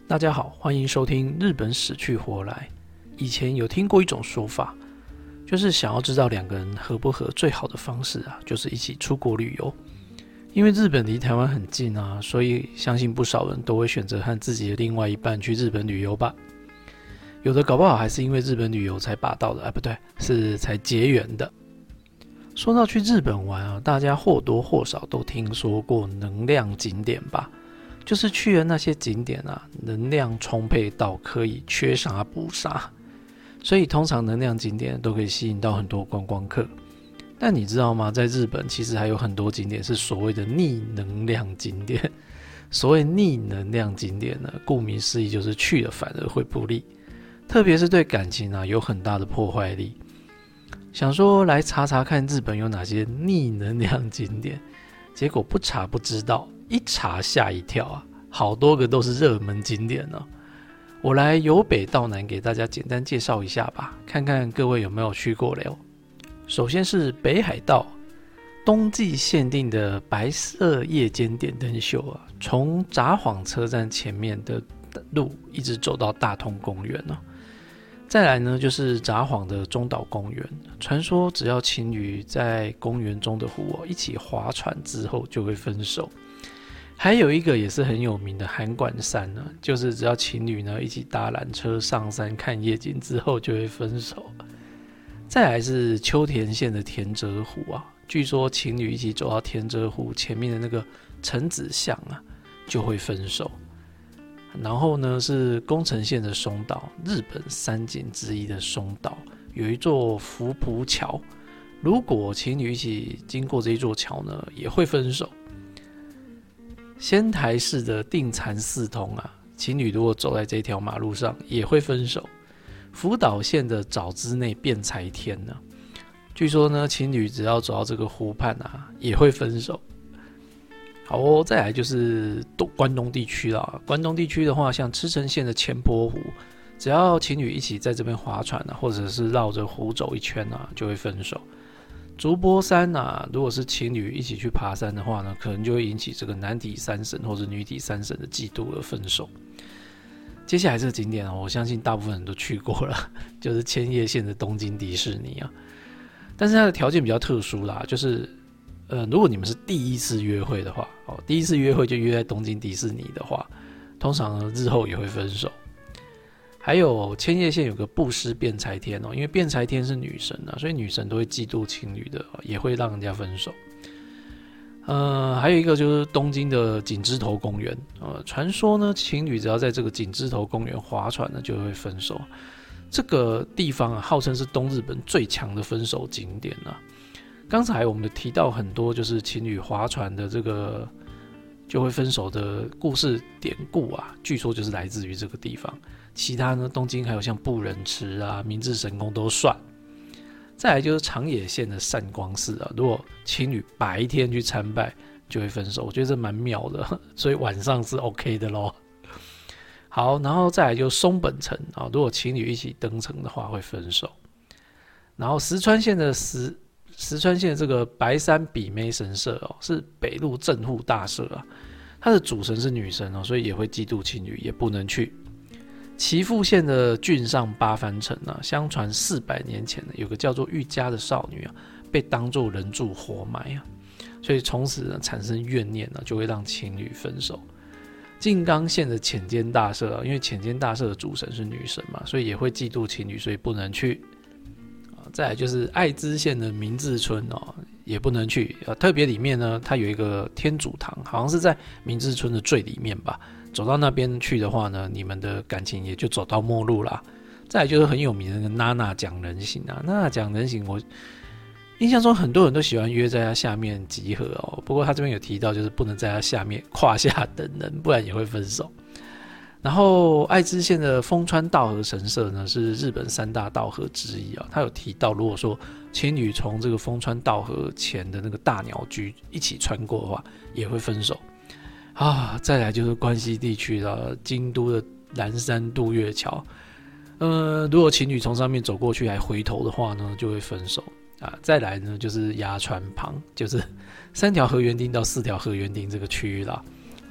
大家好，欢迎收听日本死去活来。以前有听过一种说法，就是想要知道两个人合不合，最好的方式就是一起出国旅游。因为日本离台湾很近所以相信不少人都会选择和自己的另外一半去日本旅游吧。有的搞不好还是因为日本旅游才把到的，不对，是才结缘的。说到去日本玩大家或多或少都听说过能量景点吧？就是去了那些景点能量充沛到可以缺啥补啥，所以通常能量景点都可以吸引到很多观光客。但你知道吗？在日本其实还有很多景点是所谓的逆能量景点。所谓逆能量景点呢，顾名思义就是去了反而会不利，特别是对感情有很大的破坏力。想说来查查看日本有哪些逆能量景点，结果不查不知道，一查吓一跳好多个都是热门景点呢。我来由北到南给大家简单介绍一下吧，看看各位有没有去过了。首先是北海道，冬季限定的白色夜间点灯秀从札幌车站前面的路一直走到大通公园再来呢，就是札幌的中岛公园，传说只要情侣在公园中的湖一起划船之后就会分手。还有一个也是很有名的函馆山就是只要情侣一起搭缆车上山看夜景之后就会分手。再来是秋田县的田泽湖据说情侣一起走到田泽湖前面的那个橙子巷就会分手。然后呢是宫城县的松岛，日本三景之一的松岛有一座福浦桥，如果情侣一起经过这一座桥呢也会分手。仙台市的定禅四通情侣如果走在这条马路上也会分手。福岛县的沼之内辩才天据说呢情侣只要走到这个湖畔也会分手。好再来就是关东地区啦。关东地区的话，像茨城县的千波湖，只要情侣一起在这边划船或者是绕着湖走一圈就会分手。竹波山如果是情侣一起去爬山的话呢，可能就会引起这个男体三神或者女体三神的嫉妒而分手。接下来这个景点我相信大部分人都去过了，就是千叶县的东京迪士尼但是它的条件比较特殊啦，就是如果你们是第一次约会的话第一次约会就约在东京迪士尼的话，通常日后也会分手。还有千叶县有个布施辩才天因为辩才天是女神所以女神都会嫉妒情侣的，也会让人家分手。还有一个就是东京的景之头公园传说呢情侣只要在这个景之头公园划船就会分手。这个地方号称是东日本最强的分手景点刚才我们提到很多就是情侣划船的这个就会分手的故事典故据说就是来自于这个地方。其他呢，东京还有像布仁池明治神宫都算。再来就是长野县的善光寺如果情侣白天去参拜就会分手，我觉得这蛮妙的，所以晚上是 OK 的咯。好，然后再来就是松本城如果情侣一起登城的话会分手。然后石川县的这个白山比妹神社是北陆正户大社它的主神是女神所以也会嫉妒情侣，也不能去。岐阜县的郡上八幡城相传400年前有个叫做玉家的少女被当作人柱活埋所以从此产生怨念就会让情侣分手。静冈县的浅间大社因为浅间大社的主神是女神嘛，所以也会嫉妒情侣，所以不能去。再来就是爱知县的明治村也不能去特别里面呢它有一个天主堂，好像是在明治村的最里面吧，走到那边去的话呢，你们的感情也就走到末路啦。再来就是很有名的那个娜娜讲人行娜娜讲人行，我印象中很多人都喜欢约在它下面集合不过他这边有提到就是不能在它下面胯下等人，不然也会分手。然后爱知县的丰川稻荷神社呢是日本3大稻荷之一他有提到如果说情侣从这个丰川稻荷前的那个大鸟居一起穿过的话也会分手再来就是关西地区的京都的岚山渡月桥如果情侣从上面走过去还回头的话呢就会分手再来呢就是鸭川旁，就是3条河原町到4条河原町这个区域啦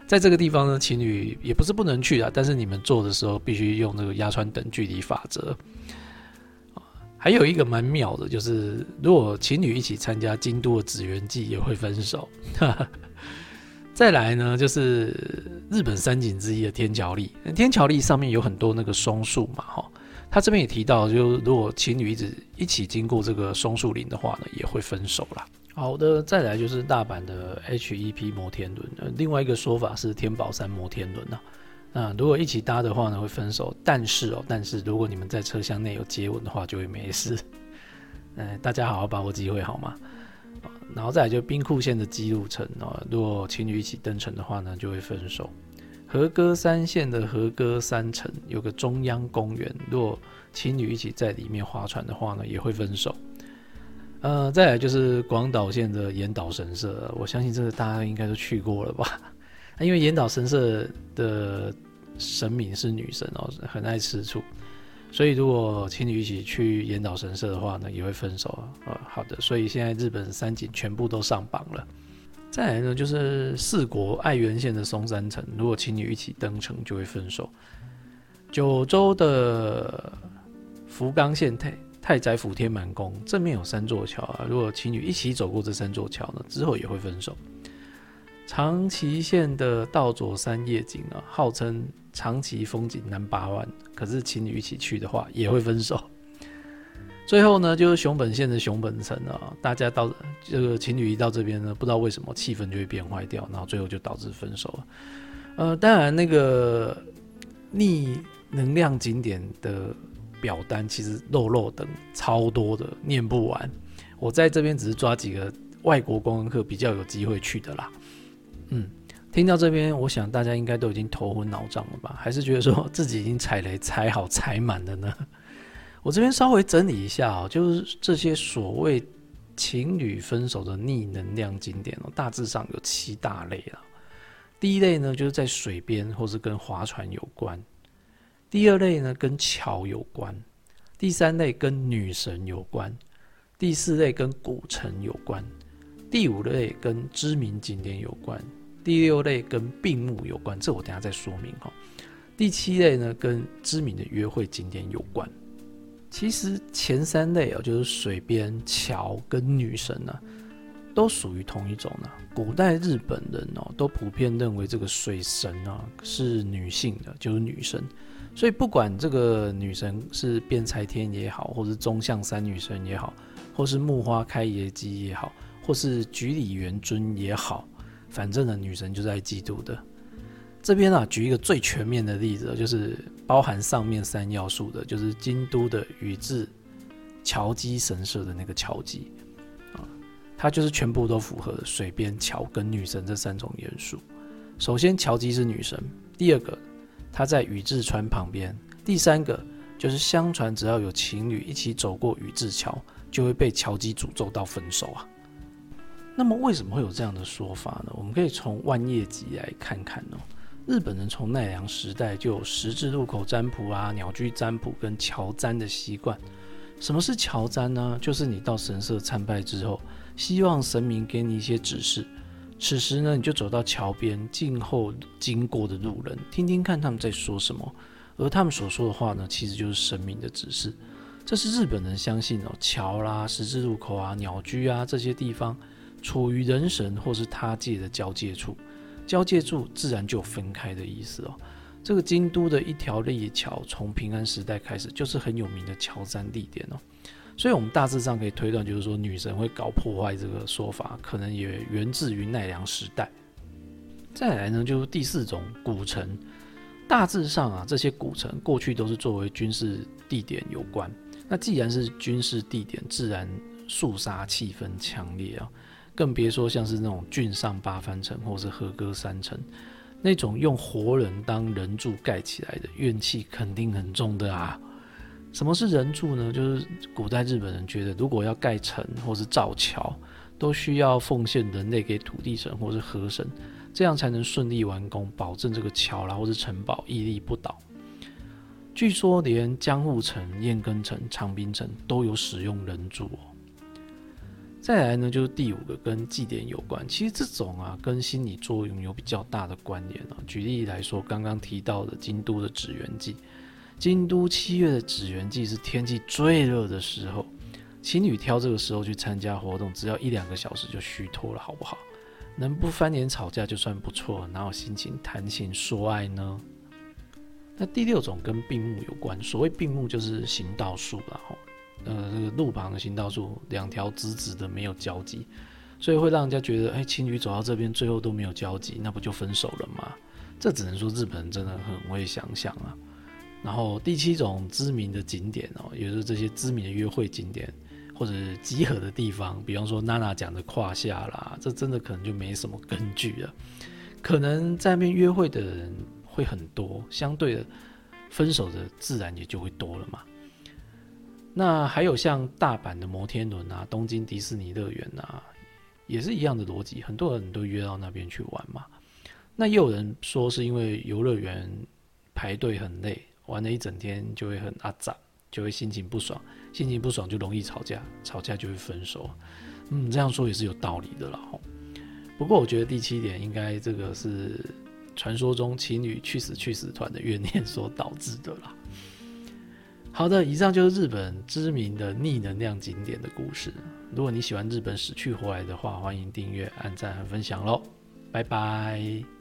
在这个地方呢，情侣也不是不能去啊，但是你们做的时候必须用这个压穿等距离法则。还有一个蛮妙的，就是如果情侣一起参加京都的紫园祭，也会分手。再来呢，就是日本三景之一的天桥立。天桥立上面有很多那个松树嘛，他这边也提到，就如果情侣一起经过这个松树林的话呢，也会分手啦。好的，再来就是大阪的 HEP 摩天轮，另外一个说法是天宝山摩天轮啊。那如果一起搭的话呢，会分手。但是如果你们在车厢内有接吻的话，就会没事。大家好好把握机会好吗？然后再来就兵库县的姬路城，如果情侣一起登城的话呢，就会分手。和歌山县的和歌山城有个中央公园，如果情侣一起在里面划船的话呢，也会分手。再来就是广岛县的岩岛神社，我相信这个大家应该都去过了吧？因为岩岛神社的神明是女神很爱吃醋，所以如果情侣一起去岩岛神社的话呢，也会分手。好的，所以现在日本三景全部都上榜了。再来呢，就是四国爱媛县的松山城，如果情侣一起登城就会分手。九州的福冈县太宰府天满宫正面有3座桥啊，如果情侣一起走过这3座桥呢，之后也会分手。长崎县的道佐山夜景啊，号称长崎风景No.1，可是情侣一起去的话也会分手。最后呢，就是熊本县的熊本城啊，大家到这个情侣一到这边呢，不知道为什么气氛就会变坏掉，然后最后就导致分手了。当然那个逆能量景点的表单其实肉等超多的，念不完。我在这边只是抓几个外国观光客比较有机会去的啦。听到这边，我想大家应该都已经头昏脑胀了吧？还是觉得说自己已经踩雷踩好踩满了呢？我这边稍微整理一下就是这些所谓情侣分手的逆能量景点大致上有7大类啦。第一类呢，就是在水边或是跟划船有关；第二类呢，跟桥有关；第三类跟女神有关；第4类跟古城有关；第5类跟知名景点有关；第6类跟病墓有关，这我等一下再说明第7类呢，跟知名的约会景点有关。其实前3类就是水边、桥跟女神都属于同一种古代日本人都普遍认为这个水神是女性的，就是女神。所以不管这个女神是辩才天也好，或是宗像三女神也好，或是木花开耶姬也好，或是菊里元尊也好，反正呢女神就是爱嫉妒的。这边举一个最全面的例子，就是包含上面3要素的，就是京都的宇治桥姬神社的那个桥姬它就是全部都符合水边、桥跟女神这3种元素。首先桥姬是女神，第2个它在宇治川旁边，第3个就是相传只要有情侣一起走过宇治桥，就会被桥姬诅咒到分手那么为什么会有这样的说法呢？我们可以从万叶集来看看日本人从奈良时代就有十字路口占卜鸟居占卜跟桥占的习惯。什么是桥占呢？就是你到神社参拜之后，希望神明给你一些指示，此时呢，你就走到桥边，静候经过的路人，听听看他们在说什么，而他们所说的话呢，其实就是神明的指示。这是日本人相信桥啦、十字路口鸟居这些地方处于人神或是他界的交界处，交界处自然就有分开的意思这个京都的一条列桥，从平安时代开始就是很有名的桥占地点所以我们大致上可以推断，就是说女神会搞破坏这个说法，可能也源自于奈良时代。再来呢，就是第4种古城，大致上这些古城过去都是作为军事地点有关。那既然是军事地点，自然肃杀气氛强烈更别说像是那种郡上八幡城或是和歌山城那种用活人当人柱盖起来的，怨气肯定很重的什么是人柱呢？就是古代日本人觉得，如果要盖城或是造桥，都需要奉献人类给土地神或是河神，这样才能顺利完工，保证这个桥或是城堡屹立不倒。据说连江户城、燕根城、长滨城都有使用人柱再来呢，就是第5个跟祭典有关。其实这种啊，跟心理作用有比较大的关联啊。举例来说，刚刚提到的京都的指原祭，京都7月的指原祭是天气最热的时候，情侣挑这个时候去参加活动，只要1-2个小时就虚脱了，好不好？能不翻脸吵架就算不错，哪有心情谈情说爱呢？那第6种跟病木有关，所谓病木就是行道树啦，这个路旁的行道树2条直直的没有交集，所以会让人家觉得，情侣走到这边最后都没有交集，那不就分手了吗？这只能说日本人真的很会想象啊。然后第7种知名的景点也就是这些知名的约会景点或者集合的地方，比方说娜娜讲的胯下啦，这真的可能就没什么根据了。可能在那边约会的人会很多，相对的分手的自然也就会多了嘛。那还有像大阪的摩天轮啊，东京迪士尼乐园啊，也是一样的逻辑，很多人都约到那边去玩嘛。那也有人说是因为游乐园排队很累，玩了一整天就会很阿杂，就会心情不爽，心情不爽就容易吵架，吵架就会分手。这样说也是有道理的啦。不过我觉得第7点应该这个是传说中情侣去死团的怨念所导致的啦。好的，以上就是日本知名的逆能量景点的故事。如果你喜欢日本死去活来的话，欢迎订阅、按赞和分享咯。拜拜。